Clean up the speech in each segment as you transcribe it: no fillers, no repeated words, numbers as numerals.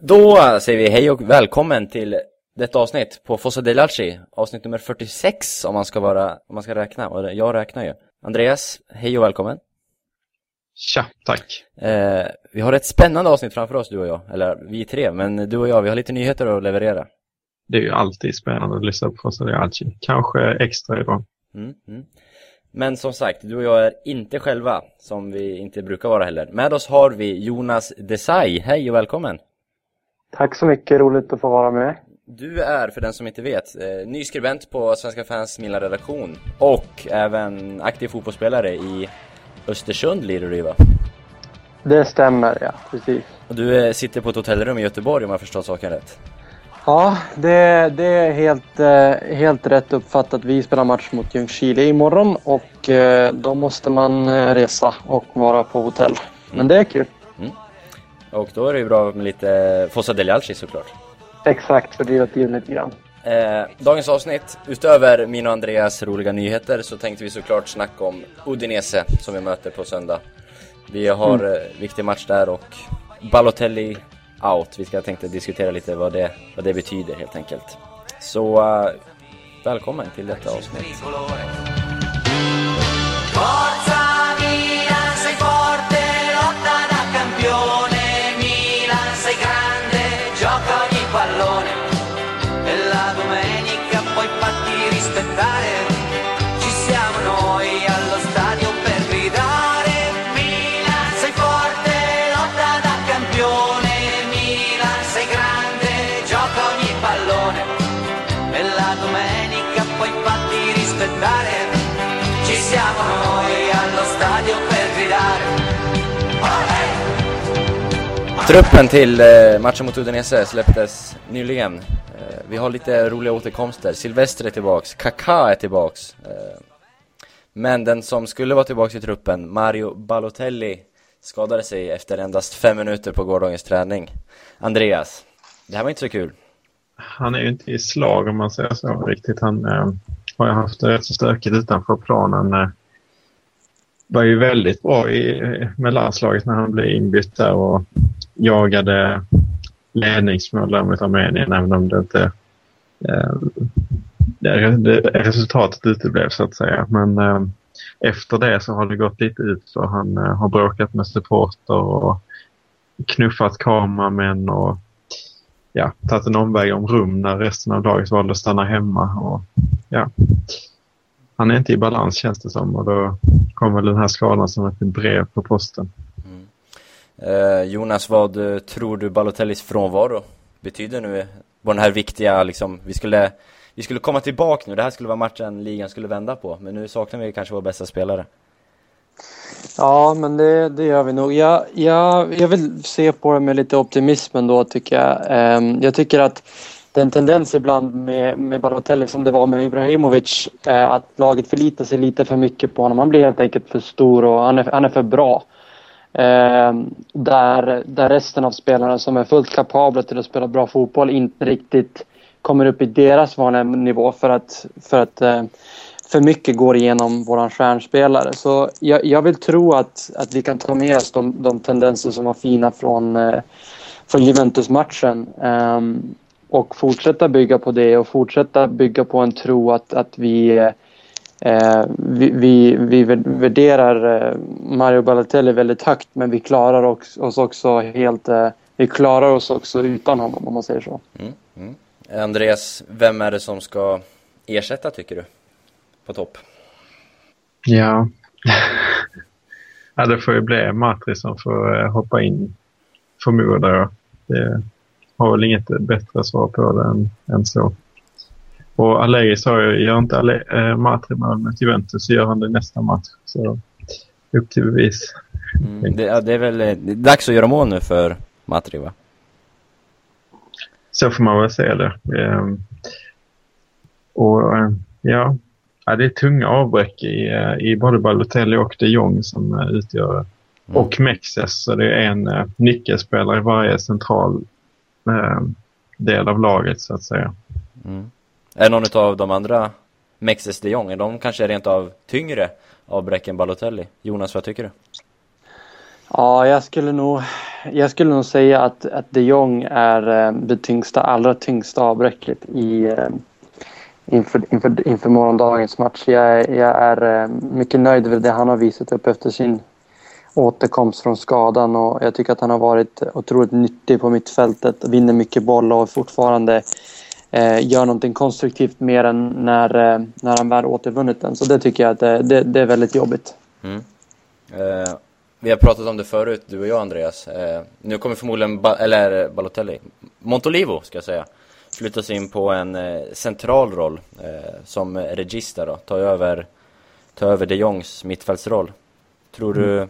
Då säger vi hej och välkommen till detta avsnitt på Fossa del Alci, avsnitt nummer 46 om man ska räkna, och jag räknar ju. Andreas, hej och välkommen. Tja, tack. Vi har ett spännande avsnitt framför oss, du och jag, eller vi tre, men du och jag, vi har lite nyheter att leverera. Det är ju alltid spännande att lyssna på Fossa del Alci, kanske extra idag. Men som sagt, du och jag är inte själva, som vi inte brukar vara heller. Med oss har vi Jonas Desai, hej och välkommen. Tack så mycket, roligt att få vara med. Du är, för den som inte vet, ny skribent på Svenska Fans Milan-redaktion och även aktiv fotbollsspelare i Östersund, lirar du, va? Det stämmer, ja, precis. Och du sitter på ett hotellrum i Göteborg, om jag förstår saken rätt. Ja, det är helt rätt uppfattat. Vi spelar match mot Ljungskile imorgon och då måste man resa och vara på hotell. Men det är kul. Och då är det ju bra med lite Fossa del Alci såklart. Exakt, för det är till lite grann. Dagens avsnitt, utöver min och Andreas roliga nyheter, så tänkte vi såklart snacka om Udinese som vi möter på söndag. Vi har viktig match där och Balotelli out. Vi ska tänkte diskutera lite vad det betyder helt enkelt. Så välkommen till detta avsnitt. Truppen till matchen mot Udinese släpptes nyligen. Vi har lite roliga återkomster. Silvestre är tillbaks, Kaká är tillbaks. Men den som skulle vara tillbaks i truppen, Mario Balotelli, skadade sig efter endast 5 minuter på gårdagens träning. Andreas, det här var inte så kul. Han är ju inte i slag, om man säger så riktigt. Han har haft det rätt så stökigt utanför planen. Var ju väldigt bra med landslaget när han blev inbytt där och jagade ledningsmål mot Armenien, även om det inte resultatet uteblev så att säga. Men efter det så har det gått lite ut, så han har bråkat med supporter och knuffat kameramän och tagit en omväg om rum när resten av laget valde att stanna hemma. Och han är inte i balans, känns det som, och då kommer den här skalan som ett brev på posten. Jonas, vad tror du Balotellis frånvaro betyder nu på den här viktiga, liksom, vi skulle komma tillbaka nu, det här skulle vara matchen ligan skulle vända på, men nu saknar vi kanske vår bästa spelare. Ja, men det gör vi nog. Jag vill se på det med lite optimism ändå, tycker jag. Jag tycker att den tendens ibland med Balotelli som det var med Ibrahimovic, att laget förlitar sig lite för mycket på honom. Han blir helt enkelt för stor och han är för bra. Där resten av spelarna som är fullt kapabla till att spela bra fotboll inte riktigt kommer upp i deras vanliga nivå för att för mycket går igenom våran stjärnspelare. Så jag vill tro att vi kan ta med oss de tendenser som var fina från Juventus-matchen och fortsätta bygga på det och fortsätta bygga på en tro att vi värderar Mario Balotelli väldigt högt, men vi klarar oss också utan honom, om man säger så. Andreas, vem är det som ska ersätta, tycker du, på topp? Ja, det får ju bli Matri som får hoppa in, förmodar jag. Det har väl inget bättre svar på det än så. Och Allegri sa ju, gör inte Matri-mål med Juventus, så gör han det nästa match. Så upp till bevis. Det är väl dags att göra mål nu för Matri, va? Så får man väl säga det. Det är tunga avbräck i både Balotelli och de Jong som utgör och Mexes, så det är en nyckelspelare i varje central del av laget, så att säga. Är någon av de andra, Mexes, de Jong, är de kanske rent av tyngre avbräck än Balotelli? Jonas, vad tycker du? Ja, jag skulle nog jag skulle nog säga att de Jong är det allra tyngsta avbräcket inför morgondagens match. Jag är mycket nöjd med det han har visat upp efter sin återkomst från skadan, och jag tycker att han har varit otroligt nyttig på mittfältet, vinner mycket boll och fortfarande gör någonting konstruktivt mer än när han väl återvunnit den. Så det tycker jag att det är väldigt jobbigt. Vi har pratat om det förut, du och jag, Andreas. Nu kommer förmodligen Montolivo ska jag säga, flyttas in på en central roll som regista då, ta över de Jongs mittfältsroll. Tror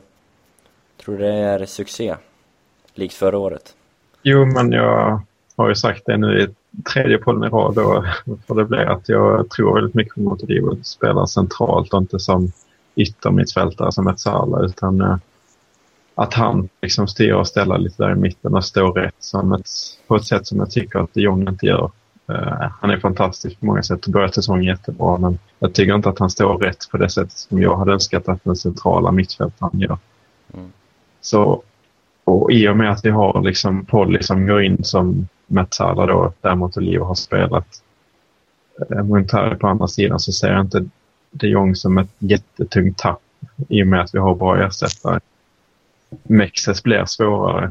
du det är succé likt förra året? Jo, men jag har ju sagt det nu i tredje podden i rad, då får det bli att jag tror väldigt mycket på Montolivo att spela centralt och inte som yttermittfältare som ett Sala, utan att han liksom styr och ställer lite där i mitten och står rätt på ett sätt som jag tycker att de Jong inte gör. Han är fantastisk på många sätt och börjar säsongen jättebra, men jag tycker inte att han står rätt på det sätt som jag hade önskat att den centrala mittfältaren gör. Så, och i och med att vi har liksom Polly som går in som Metsala då, däremot Oliver har spelat Montari på andra sidan, så ser jag inte de Jong som ett jättetungt tapp i och med att vi har bra ersättare. Mexes blir svårare.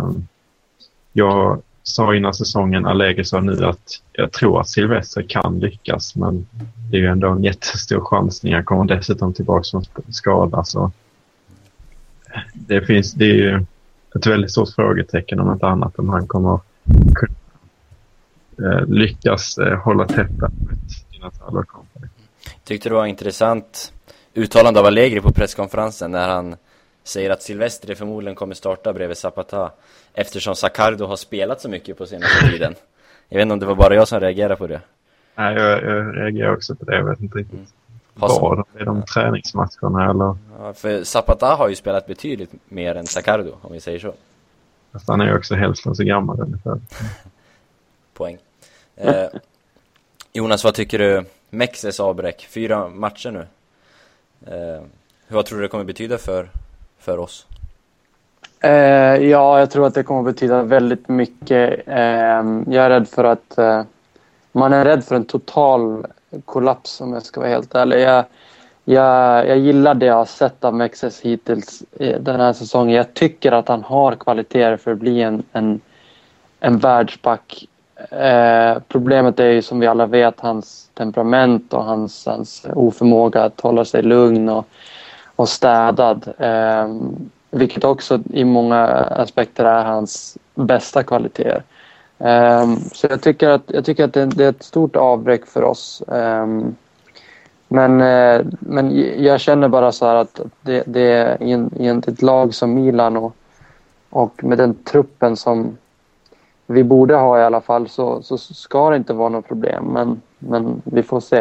Jag sa innan säsongen, Allegri sa nu att jag tror att Silvestre kan lyckas, men det är ju ändå en jättestor chansning. Han kommer dessutom tillbaka som skada, så det är ju ett väldigt stort frågetecken om inte annat, om han kommer kunna lyckas hålla tätt med sina tal. Tyckte det var intressant uttalande av Allegri på presskonferensen när han säger att Silvestre förmodligen kommer starta bredvid Zapata eftersom Sacardo har spelat så mycket på senaste tiden. Jag vet inte om det var bara jag som reagerade på det. Nej, jag reagerar också på det. Jag vet inte riktigt vad är de träningsmatcherna eller... Ja, för Zapata har ju spelat betydligt mer än Sacardo, om vi säger så. Fast han är ju också hälften så gammal ungefär. Poäng. Jonas, vad tycker du? Mexes avbräck, 4 matcher nu. Vad tror du det kommer betyda för oss? Ja, jag tror att det kommer betyda väldigt mycket. Jag är rädd för att man är rädd för en total kollaps, om jag ska vara helt ärlig. Jag gillar det jag har sett av Mexes hittills den här säsongen. Jag tycker att han har kvaliteter för att bli en världsback. Problemet är ju, som vi alla vet, hans temperament och hans oförmåga att hålla sig lugn och städad. Vilket också i många aspekter är hans bästa kvaliteter. Så jag tycker att det är ett stort avbräck för oss. Men jag känner bara så här att det är i ett lag som Milan och med den truppen som vi borde ha i alla fall, så ska det inte vara något problem. Men vi får se.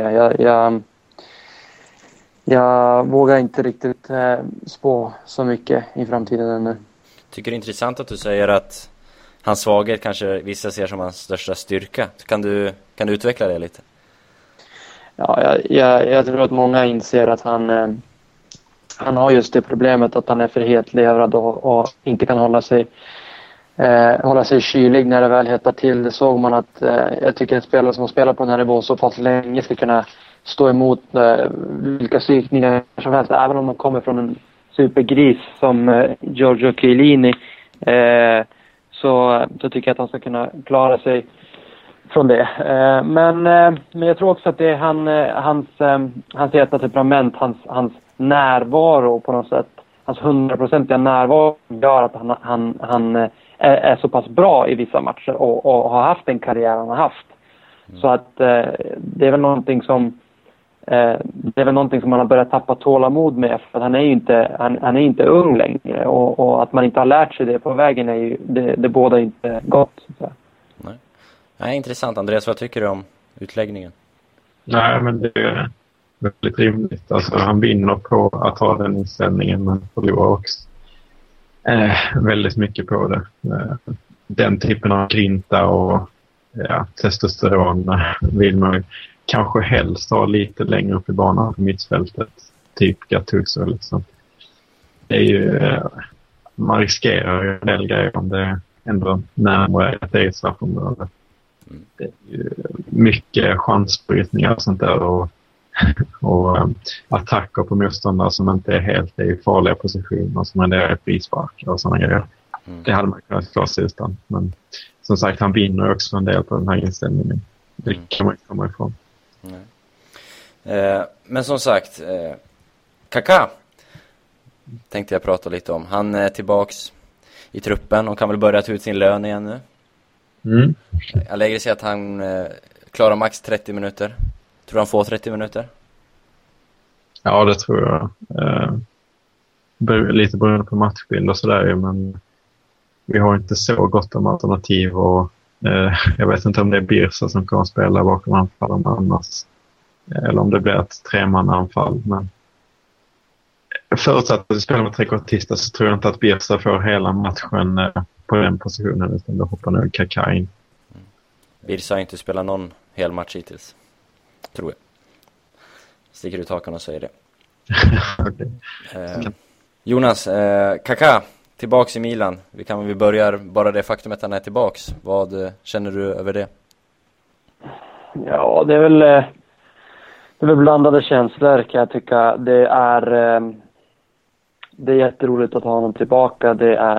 Jag vågar inte riktigt spå så mycket i framtiden ännu. Tycker det är intressant att du säger att hans svaghet kanske vissa ser som hans största styrka. Kan du utveckla det lite? Ja, jag tror att många inser att han har just det problemet att han är för hetlevrad och inte kan hålla sig kylig när det väl hettar till. Det såg man att jag tycker att spelare som har spelat på den här nivån så pass länge ska kunna stå emot vilka psykningar som helst, även om de kommer från en supergris som Giorgio Chiellini, så tycker jag att han ska kunna klara sig från det. Men jag tror också att det är hans heta temperament, hans närvaro på något sätt, hans 100% närvaro gör att han är så pass bra i vissa matcher och har haft den karriär han har haft. Så att det är väl någonting som man har börjat tappa tålamod med, för att han är inte ung längre, och att man inte har lärt sig det på vägen är ju det båda inte gott. Så. Nej, intressant. Andreas, vad tycker du om utläggningen? Nej, men det är väldigt rimligt. Alltså, han vinner på att ha den inställningen, men förlorar också väldigt mycket på det. Den typen av grinta och testosteron vill man ju kanske helst ha lite längre upp i banan på mittfältet, typ Gattuso liksom. Det är ju man riskerar ju en del grejer om det är ändå närmare ett eget straffområde. Det är ju mycket chansbrytningar och sånt där och attacker på motståndare som inte är helt i farliga positioner som renderar i frispark och sådana grejer. Det hade man kunnat klara sig utan. Men som sagt, han vinner också en del på den här inställningen. Det kan man inte komma ifrån. Men som sagt, Kaká tänkte jag prata lite om. Han är tillbaks i truppen och kan väl börja ta ut sin lön igen nu. Allegri säger att han klarar max 30 minuter. Tror du han får 30 minuter? Ja, det tror jag. Lite beroende på matchbild och sådär, men vi har inte så gott om alternativ och jag vet inte om det är Birsa som kommer att spela bakom anfallen annars. Eller om det blir ett tremananfall. Men förutsatt att vi spelar med trekortister så tror jag inte att Birsa får hela matchen på den positionen, utan då hoppar nog Kaká in. Birsa har inte spelat någon hel match hittills, tror jag. Sticker ut hakan och säger det. Okay. Jonas, Kaká tillbaks i Milan. Vi börjar bara det faktum att han är tillbaks. Vad känner du över det? Ja, det är väl blandade känslor, kan jag tycka. Det är jätteroligt att ha honom tillbaka.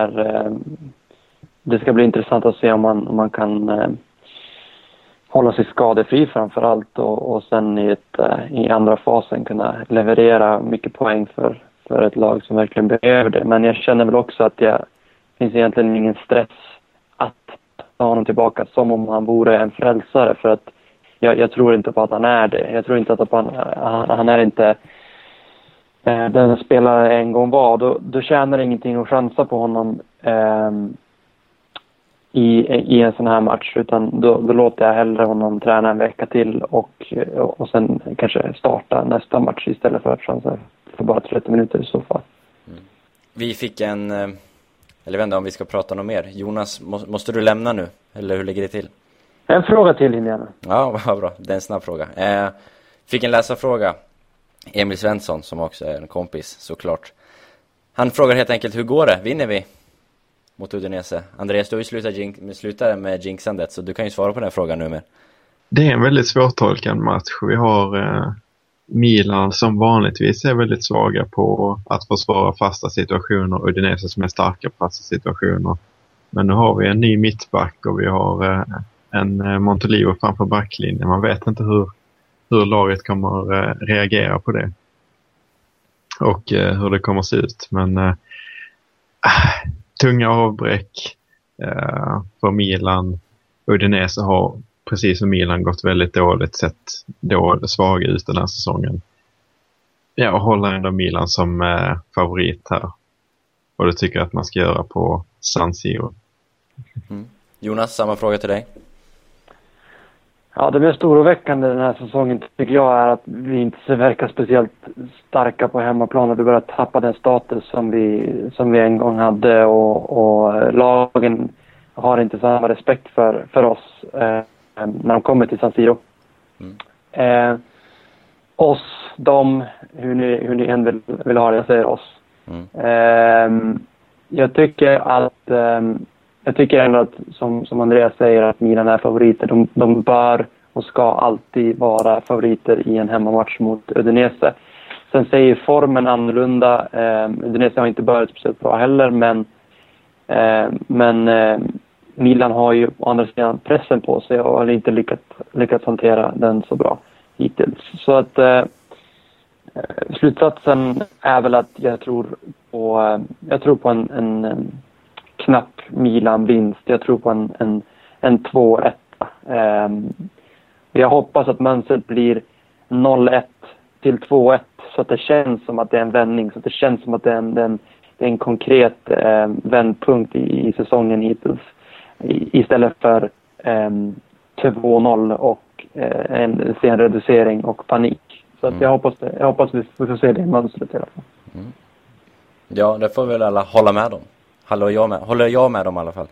Det ska bli intressant att se om man kan hålla sig skadefri framförallt och sen i andra fasen kunna leverera mycket poäng för ett lag som verkligen behöver det. Men jag känner väl också att det finns egentligen ingen stress att ta honom tillbaka som om han vore en frälsare, för att jag tror inte på att han är det. Jag tror inte att han är inte den spelare en gång var. Då tjänar det ingenting att chansa på honom i en sån här match, utan då låter jag hellre honom träna en vecka till och sen kanske starta nästa match istället för att chansa för bara 30 minuter i så fall. Vi fick eller vet inte om vi ska prata något mer. Jonas, måste du lämna nu? Eller hur ligger det till? En fråga till Indiana. Ja, vad bra. Det är en snabb fråga. Fick en läsarfråga. Emil Svensson, som också är en kompis, såklart. Han frågar helt enkelt, hur går det? Vinner vi mot Udinese? Andreas, du har ju slutat med jinxandet, så du kan ju svara på den frågan nu med. Det är en väldigt svårtolkad match. Vi har Milan som vanligtvis är väldigt svaga på att försvara fasta situationer och Udinese som är starka på fasta situationer. Men nu har vi en ny mittback och vi har en Montolivo framför backlinjen. Man vet inte hur laget kommer reagera på det och hur det kommer se ut. Men tunga avbräck för Milan. Udinese har precis som Milan gått väldigt dåligt, sett svaga ut den här säsongen. Jag håller ändå Milan som favorit här. Och det tycker jag att man ska göra på San Siro. Jonas, samma fråga till dig. Ja, det mest oroväckande den här säsongen tycker jag är att vi inte verkar speciellt starka på hemmaplan, och vi börjar tappa den status som vi en gång hade, och lagen har inte samma respekt för oss när de kommer till San Siro. Oss, dem, hur ni än vill ha det, jag säger oss. Jag tycker ändå att, som Andreas säger, att Milan är favoriter. De bör och ska alltid vara favoriter i en hemmamatch mot Udinese. Sen säger formen annorlunda. Udinese har inte börjat speciellt bra heller, men Milan har ju å andra sidan pressen på sig och har inte lyckats hantera den så bra hittills. Så att slutsatsen är väl att jag tror på en knapp Milan-vinst. Jag tror på en 2-1. Jag hoppas att mönstret blir 0-1 till 2-1, så att det känns som att det är en vändning, så att det känns som att det är en konkret vändpunkt i säsongen hittills, istället för 2-0 och en sen reducering och panik. Så att jag hoppas vi får se det mönstret i alla fall. Ja, det får väl alla hålla med om. Håller jag med dem i alla fall.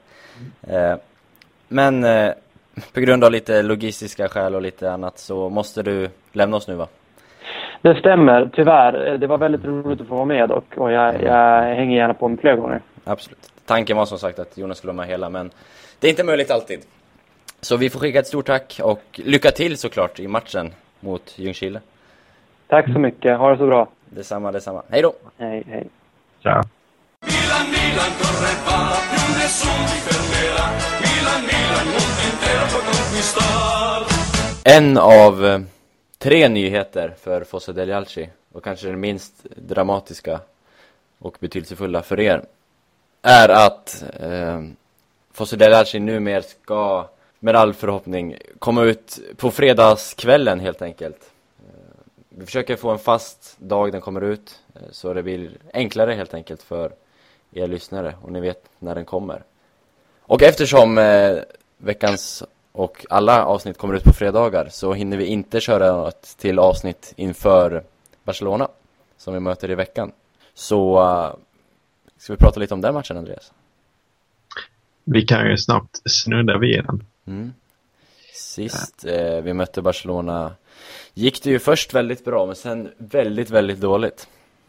Men på grund av lite logistiska skäl och lite annat så måste du lämna oss nu, va? Det stämmer, tyvärr. Det var väldigt roligt att få vara med och jag hänger gärna på mig fler gånger. Absolut. Tanken var som sagt att Jonas skulle vara med hela, men det är inte möjligt alltid. Så vi får skicka ett stort tack och lycka till såklart i matchen mot Ljungskile. Tack så mycket, ha det så bra. Detsamma. Hej då! Hej. Ciao. Milan correva più nessuno ti fermerà. Milan, mondo intero può conquistar. En av 3 nyheter för Fossa del Jalci, och kanske den minst dramatiska och betydelsefulla för er, är att Fossa del Jalci numera ska med all förhoppning komma ut på fredagskvällen helt enkelt. Vi försöker få en fast dag den kommer ut, så det blir enklare helt enkelt för er lyssnare och ni vet när den kommer. Och eftersom veckans och alla avsnitt kommer ut på fredagar, så hinner vi inte köra ett till avsnitt inför Barcelona som vi möter i veckan. Så ska vi prata lite om den matchen, Andreas? Vi kan ju snabbt snudda vid den. Sist vi mötte Barcelona gick det ju först väldigt bra, men sen väldigt, väldigt dåligt.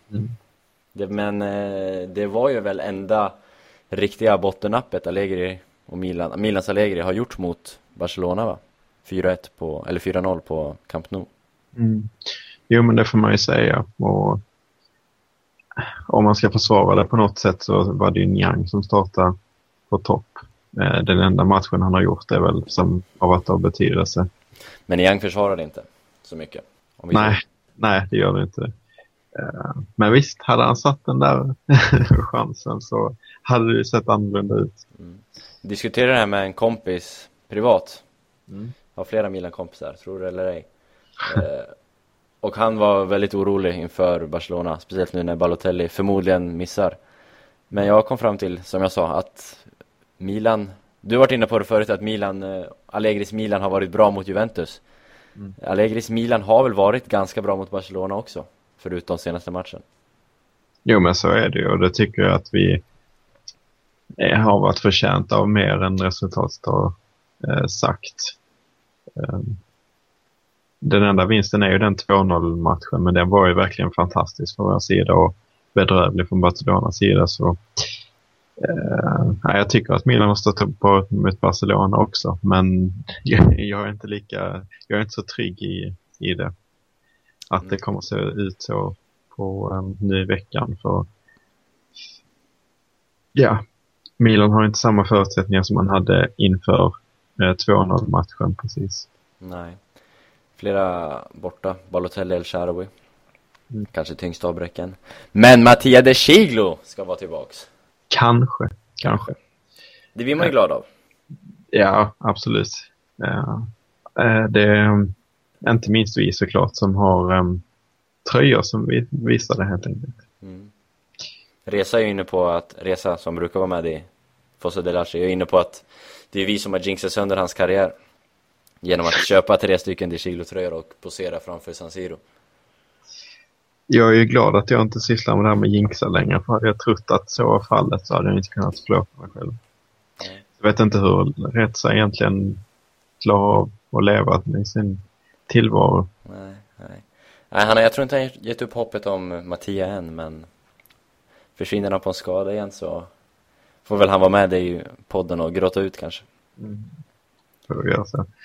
Det var ju väl enda riktiga bottennappet Allegri och Milans Allegri har gjort mot Barcelona, va? 4-0 på Camp Nou. Jo, men det får man ju säga. Och om man ska försvara det på något sätt, så var det ju Niang som startade på topp. Den enda matchen han har gjort är väl som har varit av betydelse. Men Niang försvarade inte så mycket. Nej, det gör det inte. Men visst, hade han satt den där chansen så hade det ju sett annorlunda ut. Diskuterade det här med en kompis privat. Jag har flera Milan-kompisar, tror du eller ej. Och han var väldigt orolig inför Barcelona, speciellt nu när Balotelli förmodligen missar. Men jag kom fram till, som jag sa, att Milan, du har varit inne på det förut, att Allegris Milan har varit bra mot Juventus. Allegris Milan har väl varit ganska bra mot Barcelona också, förutom senaste matchen. Jo, men så är det ju, och det tycker jag att vi har varit förtjänt av mer än resultatet har sagt. Den enda vinsten är ju den 2-0-matchen, men den var ju verkligen fantastisk från vår sida och bedrövlig från Barcelonas sida. Så jag tycker att Milan har stått upp på mot Barcelona också, men jag är inte så trygg i det. Att det kommer att se ut så på nu i veckan. För Milan har inte samma förutsättningar som man hade inför 2-0-matchen precis. Nej. Flera borta. Balotelli, El Shaarawy. Kanske tyngst avbräcken. Men Mattia De Sciglio ska vara tillbaks. Kanske. Det blir man ju glad av. Ja, absolut. Det är inte minst vi såklart som har tröjor som vi visade helt enkelt. Resa är ju inne på att Resa, som brukar vara med i Fossa del Jalci, är inne på att det är vi som har jinxat sönder hans karriär genom att köpa 3 stycken De Sciglio-tröjor och posera framför San Siro. Jag är ju glad att jag inte sysslar med det här med jinxa längre, för hade jag trott att så var fallet så hade jag inte kunnat förlåta mig själv. Jag vet inte hur Resa egentligen klarar av att leva med sin tillvaro. Nej, jag tror inte han har gett upp hoppet om Mattia än, men försvinner han på en skada igen så får väl han vara med i podden och gråta ut kanske. Får jag göra så.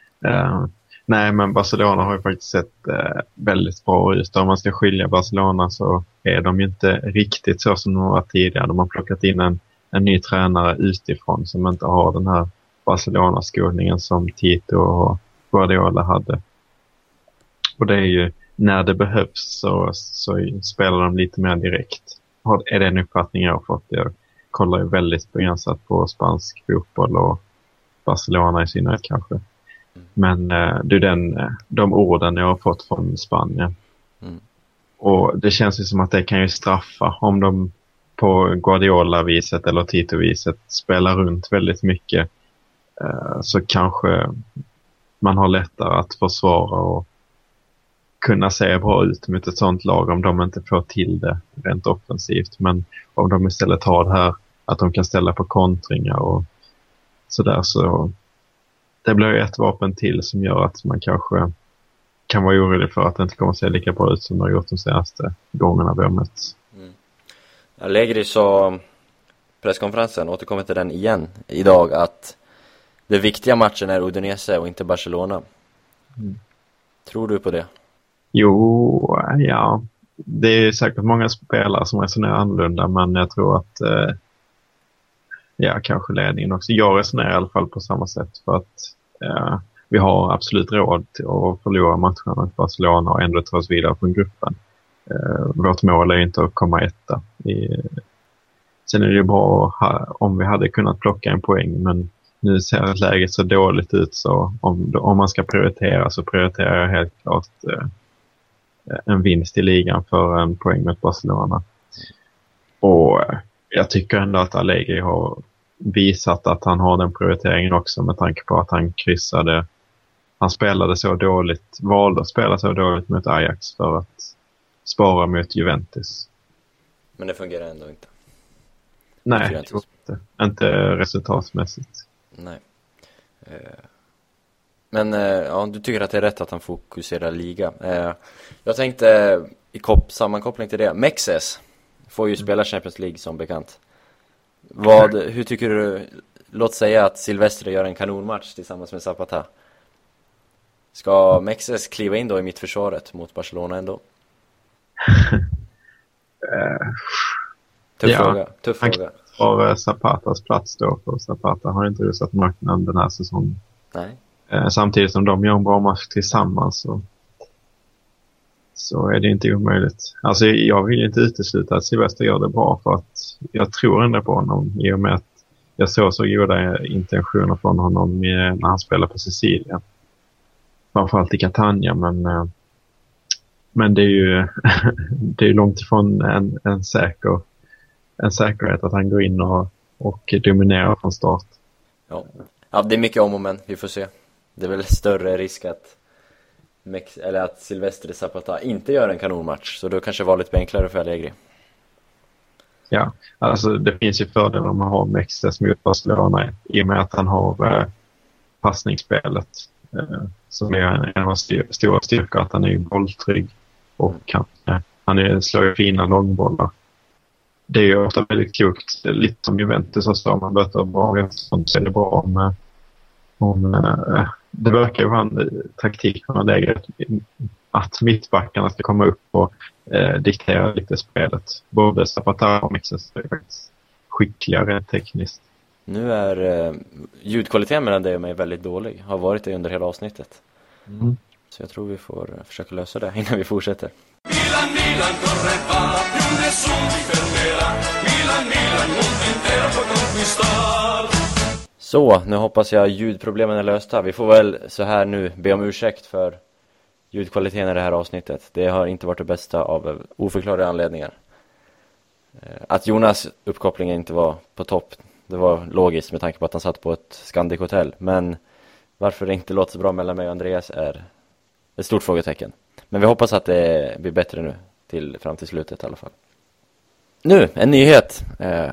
Nej, men Barcelona har ju faktiskt sett väldigt bra ut. Om man ska skilja Barcelona så är de ju inte riktigt så som de var tidigare. De har plockat in en ny tränare utifrån som inte har den här Barcelona-skolningen som Tito och Guardiola hade. Och det är ju, när det behövs så spelar de lite mer direkt. Är det en uppfattning jag har fått? Jag kollar ju väldigt begränsat på spansk fotboll och Barcelona i synnerhet kanske. Men det är de orden jag har fått från Spanien. Och det känns ju som att det kan ju straffa om de på Guardiola-viset eller Tito-viset spelar runt väldigt mycket, så kanske man har lättare att försvara och kunna se bra ut mot ett sånt lag om de inte får till det rent offensivt. Men om de istället har det här att de kan ställa på kontringar och sådär, så det blir ett vapen till som gör att man kanske kan vara orolig för att det inte kommer att se lika bra ut som det har gjort de senaste gångerna vi har mötts. Allegri sa presskonferensen, återkommer till den igen idag, att det viktiga matchen är Udinese och inte Barcelona. Tror du på det? Jo, ja. Det är säkert många spelare som resonerar annorlunda, men jag tror att kanske ledningen också. Jag resonerar i alla fall på samma sätt, för att vi har absolut råd att förlora matcherna mot Barcelona och ändå ta oss vidare från gruppen. Vårt mål är inte att komma etta. Sen är det ju bra om vi hade kunnat plocka en poäng, men nu ser läget så dåligt ut, så om man ska prioritera så prioriterar jag helt klart en vinst i ligan för en poäng mot Barcelona. Och jag tycker ändå att Allegri har visat att han har den prioriteringen också, med tanke på att han spelade så dåligt, valde att spela så dåligt mot Ajax för att spara mot Juventus. Men det fungerar ändå inte. Nej, inte resultatmässigt. Nej. Men du tycker att det är rätt att han fokuserar liga. Jag tänkte i sammankoppling till det, Mexes får ju spela Champions League som bekant. Hur tycker du, låt säga att Silvestre gör en kanonmatch tillsammans med Zapata. Ska Mexes kliva in då i mittförsvaret mot Barcelona ändå? Tuff fråga. Har Zapatas plats då, för Zapata har inte rusat marknaden den här säsongen. Nej. Samtidigt som de gör en bra match tillsammans så är det inte omöjligt. Alltså jag vill inte utesluta att Silvestre gör det bra, för att jag tror ändå på honom, i och med att jag såg så goda intentioner från honom när han spelar på Sicilien. Framförallt i Catania, men det är ju det är långt ifrån en säkerhet att han går in och dominerar från start. Ja, det är mycket om och men, vi får se. Det är väl större risk att Silvestre Zapata inte gör en kanonmatch, så då kanske valet blir enklare för Allegri. Ja, alltså det finns ju fördelar om man har Mexes mot Barcelona, i och med att han har passningsspelet som är en av stora styrkor, att han är bolltrygg och han slår ju fina långbollar. Det är ju ofta väldigt klokt, lite som Juventus också, om man möter bra, så är det bra om det verkar ju vara en taktik från läget att mittbackarna ska komma upp och diktera lite spelet. Både Zapata och Mexes är faktiskt skickligare tekniskt. Nu är ljudkvaliteten mellan dig och mig väldigt dålig. Har varit det under hela avsnittet. Så jag tror vi får försöka lösa det innan vi fortsätter. Milan corre va, più nessuno ti fermerà. Milan, mondo intero può conquistar. Så, nu hoppas jag ljudproblemen är lösta. Vi får väl så här nu be om ursäkt för ljudkvaliteten i det här avsnittet. Det har inte varit det bästa av oförklarliga anledningar. Att Jonas uppkoppling inte var på topp, det var logiskt med tanke på att han satt på ett Scandic hotell. Men varför det inte låter så bra mellan mig och Andreas är ett stort frågetecken. Men vi hoppas att det blir bättre nu fram till slutet i alla fall. Nu, en nyhet.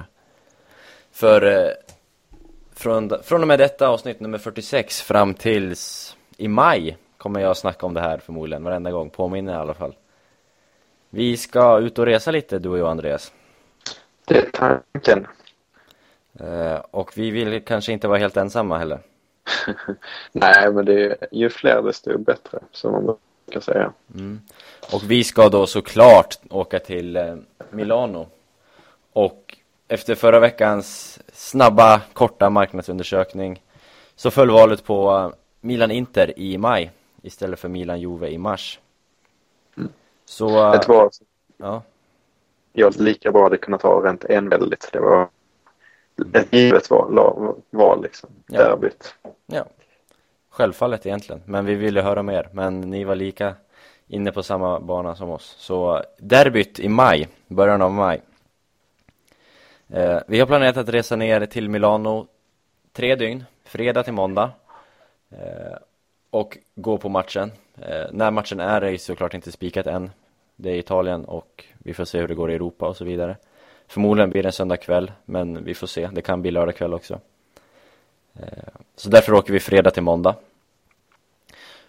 Från och med detta avsnitt nummer 46 fram tills i maj kommer jag snacka om det här förmodligen varenda gång, påminner i alla fall. Vi ska ut och resa lite, du och jag, Andreas. Det är tanken. Och vi vill kanske inte vara helt ensamma heller. Nej, men det är ju fler desto bättre, som man brukar säga. Och vi ska då såklart åka till Milano. Och efter förra veckans snabba, korta marknadsundersökning så föll valet på Milan-Inter i maj istället för Milan-Juve i mars. Så ett val. Ja. Jag lika bra hade kunnat ha rent enväldigt. Det var ett givet val liksom. Ja. Derbyt. Ja, självfallet egentligen. Men vi ville höra mer. Men ni var lika inne på samma bana som oss. Så derbyt i maj, början av maj. Vi har planerat att resa ner till Milano 3 dygn, fredag till måndag. Och gå på matchen. När matchen är såklart inte spikat än. Det är Italien och vi får se hur det går i Europa och så vidare. Förmodligen blir det en söndag kväll, men vi får se. Det kan bli lördag kväll också. Så därför åker vi fredag till måndag.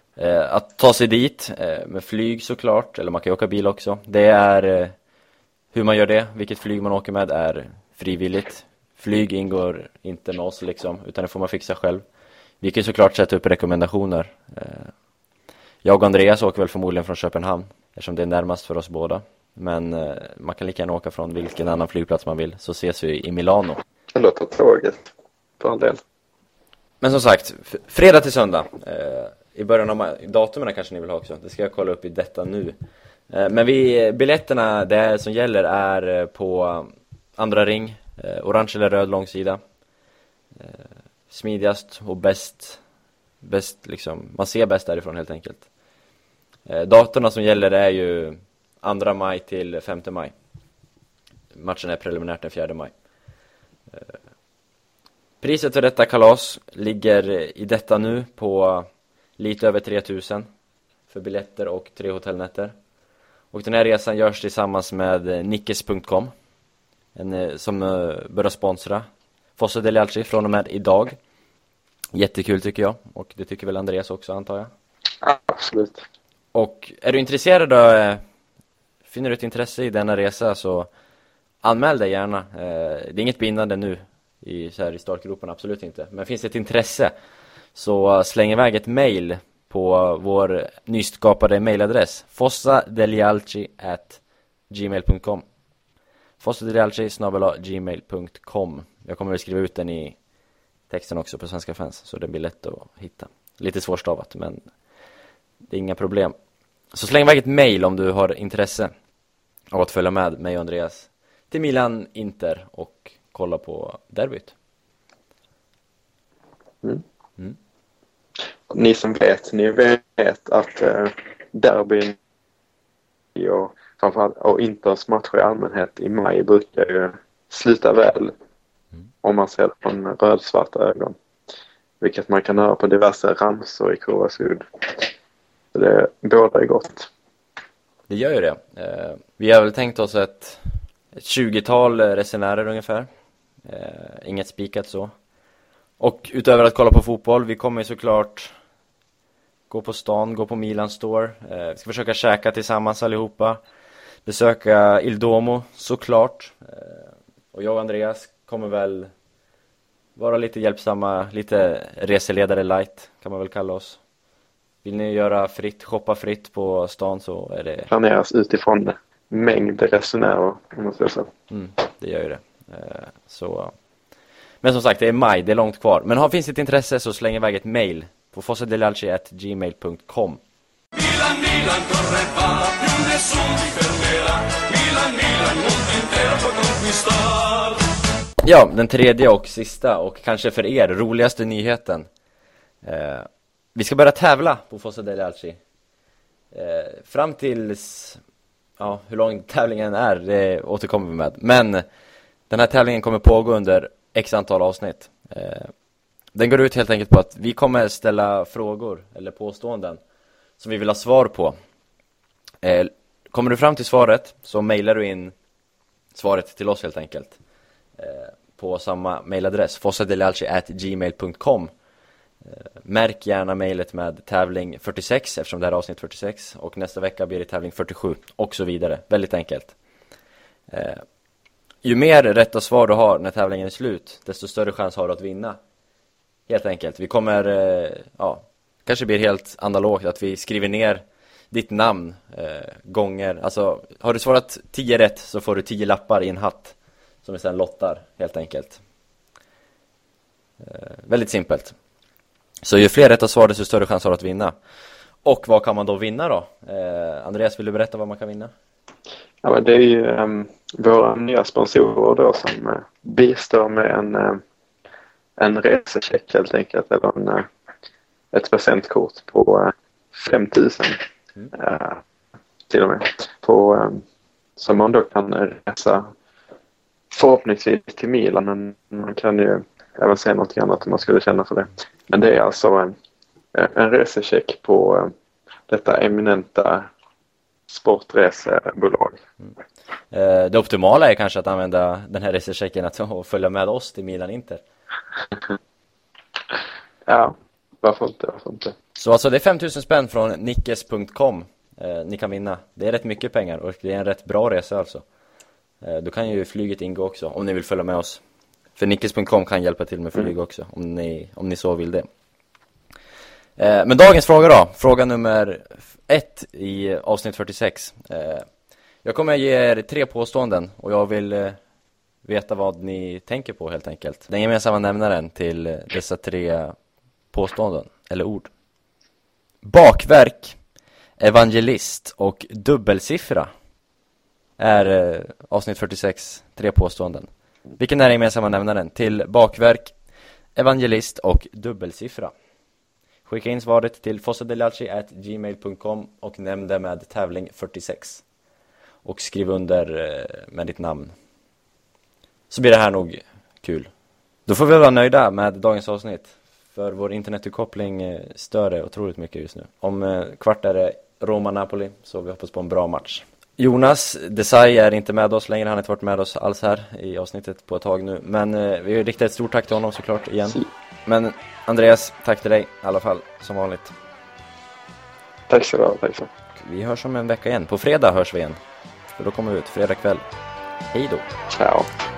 Att ta sig dit med flyg såklart, eller man kan åka bil också. Det är hur man gör det, vilket flyg man åker med är frivilligt. Flyg ingår inte med oss liksom, utan det får man fixa själv. Vi kan såklart sätta upp rekommendationer. Jag och Andreas åker väl förmodligen från Köpenhamn, eftersom det är närmast för oss båda. Men man kan lika gärna åka från vilken annan flygplats man vill, så ses vi i Milano. Eller ta tåget, på all del. Men som sagt, fredag till söndag. I början av datumen kanske ni vill ha också. Det ska jag kolla upp i detta nu. Men biljetterna, det som gäller är på andra ring. Orange eller röd långsida. Smidigast och bäst liksom. Man ser bäst därifrån helt enkelt. Datorna som gäller är ju 2 maj till 5 maj. Matchen är preliminärt den 4 maj. Priset för detta kalas ligger i detta nu på lite över 3000 för biljetter och 3 hotellnätter. Och den här resan görs tillsammans med Nickes.com som börjar sponsra Fosse degli Alci från och med idag. Jättekul tycker jag, och det tycker väl Andreas också, antar jag. Absolut. Och är du intresserad av, finner du ett intresse i denna resa, så anmäl dig gärna. Det är inget bindande nu i startgropen, absolut inte. Men finns det ett intresse, så släng iväg ett mejl på vår nyskapade mejladress fossadelialci@gmail.com. fossadelialci@gmail.com. Jag kommer att skriva ut den i texten också på Svenska Fans, så det blir lätt att hitta. Lite svårstavat, men det är inga problem. Så släng iväg ett mejl om du har intresse av att följa med mig och Andreas till Milan Inter och kolla på derbyt. Ni som vet, att derbyn och framförallt och Inters matcher i allmänhet i maj brukar ju sluta väl om man ser från rödsvarta ögon. Vilket man kan höra på diverse ramsor i Kurvasud. Så det båda är gott. Det gör ju det. Vi har väl tänkt oss ett 20-tal resenärer ungefär. Inget spikat så. Och utöver att kolla på fotboll, vi kommer såklart gå på stan, gå på Milan Store. Vi ska försöka käka tillsammans allihopa. Besöka Il Duomo såklart. Och jag och Andreas kommer väl vara lite hjälpsamma, lite reseledare light kan man väl kalla oss. Vill ni göra fritt, shoppa fritt på stan, så är det... Planeras utifrån mängd resenärer, om man säger så. Det gör ju det. Så... Men som sagt, det är maj, det är långt kvar. Men finns det ett intresse, så släng iväg ett mejl på fossadelialci@gmail.com. Milan, Milan, corre va, più nessuno ti fermerà. Milan, Milan, mondo intero può conquistar. Ja, den tredje och sista och kanske för er roligaste nyheten. Vi ska börja tävla på Fosse degli Alci. Fram tills... Ja, hur lång tävlingen är, det återkommer vi med. Men den här tävlingen kommer pågå under x antal avsnitt. Den går ut helt enkelt på att vi kommer ställa frågor eller påståenden som vi vill ha svar på. Kommer du fram till svaret, så mejlar du in svaret till oss helt enkelt. På samma mejladress, fossadelialci@gmail.com. Märk gärna mejlet med tävling 46, eftersom det här är avsnitt 46. Och nästa vecka blir det tävling 47 och så vidare. Väldigt enkelt. Ju mer rätta svar du har när tävlingen är slut, desto större chans har du att vinna. Helt enkelt. Vi kommer, kanske blir helt analogt att vi skriver ner ditt namn gånger. Alltså, har du svarat 10 rätt så får du 10 lappar i en hatt som vi sedan lottar, helt enkelt. Väldigt simpelt. Så ju fler rätta svar, desto större chans har du att vinna. Och vad kan man då vinna då? Andreas, vill du berätta vad man kan vinna? Ja, men det är ju våra nya sponsorer då som bistår med en resecheck helt enkelt, eller ett presentkort på 5 000 till och med, som man då kan resa förhoppningsvis till Milan, men man kan ju även säga något annat om man skulle känna för det. Men det är alltså en resecheck på detta eminenta sportresebolag. Det optimala är kanske att använda den här resechecken och följa med oss till Milan Inter. Ja, Varför inte? Så alltså det är 5000 spänn från nickes.com ni kan vinna. Det är rätt mycket pengar och det är en rätt bra resa alltså. Då kan ju flyget ingå också om ni vill följa med oss. För nickes.com kan hjälpa till med flyg också om ni så vill det. Men dagens fråga då. Fråga nummer 1 i avsnitt 46. Jag kommer ge er 3 påståenden och jag vill veta vad ni tänker på helt enkelt. Den gemensamma nämnaren till dessa 3 påståenden eller ord. Bakverk, evangelist och dubbelsiffra är avsnitt 46 3 påståenden. Vilken är den gemensamma nämnaren till bakverk, evangelist och dubbelsiffra? Skicka in svaret till fossadelacci@gmail.com och nämn det med tävling 46. Och skriv under med ditt namn. Så blir det här nog kul. Då får vi vara nöjda med dagens avsnitt. För vår internetuppkoppling stör otroligt mycket just nu. Om kvart är det Roma-Napoli, så vi hoppas på en bra match. Jonas Desai är inte med oss längre. Han har inte varit med oss alls här i avsnittet på ett tag nu. Men vi riktar ett stort tack till honom såklart igen. Men Andreas, tack till dig i alla fall, som vanligt. Tack så du tack så. Vi hörs om en vecka igen. På fredag hörs vi igen. För då kommer vi ut fredag kväll. Hej då. Ciao.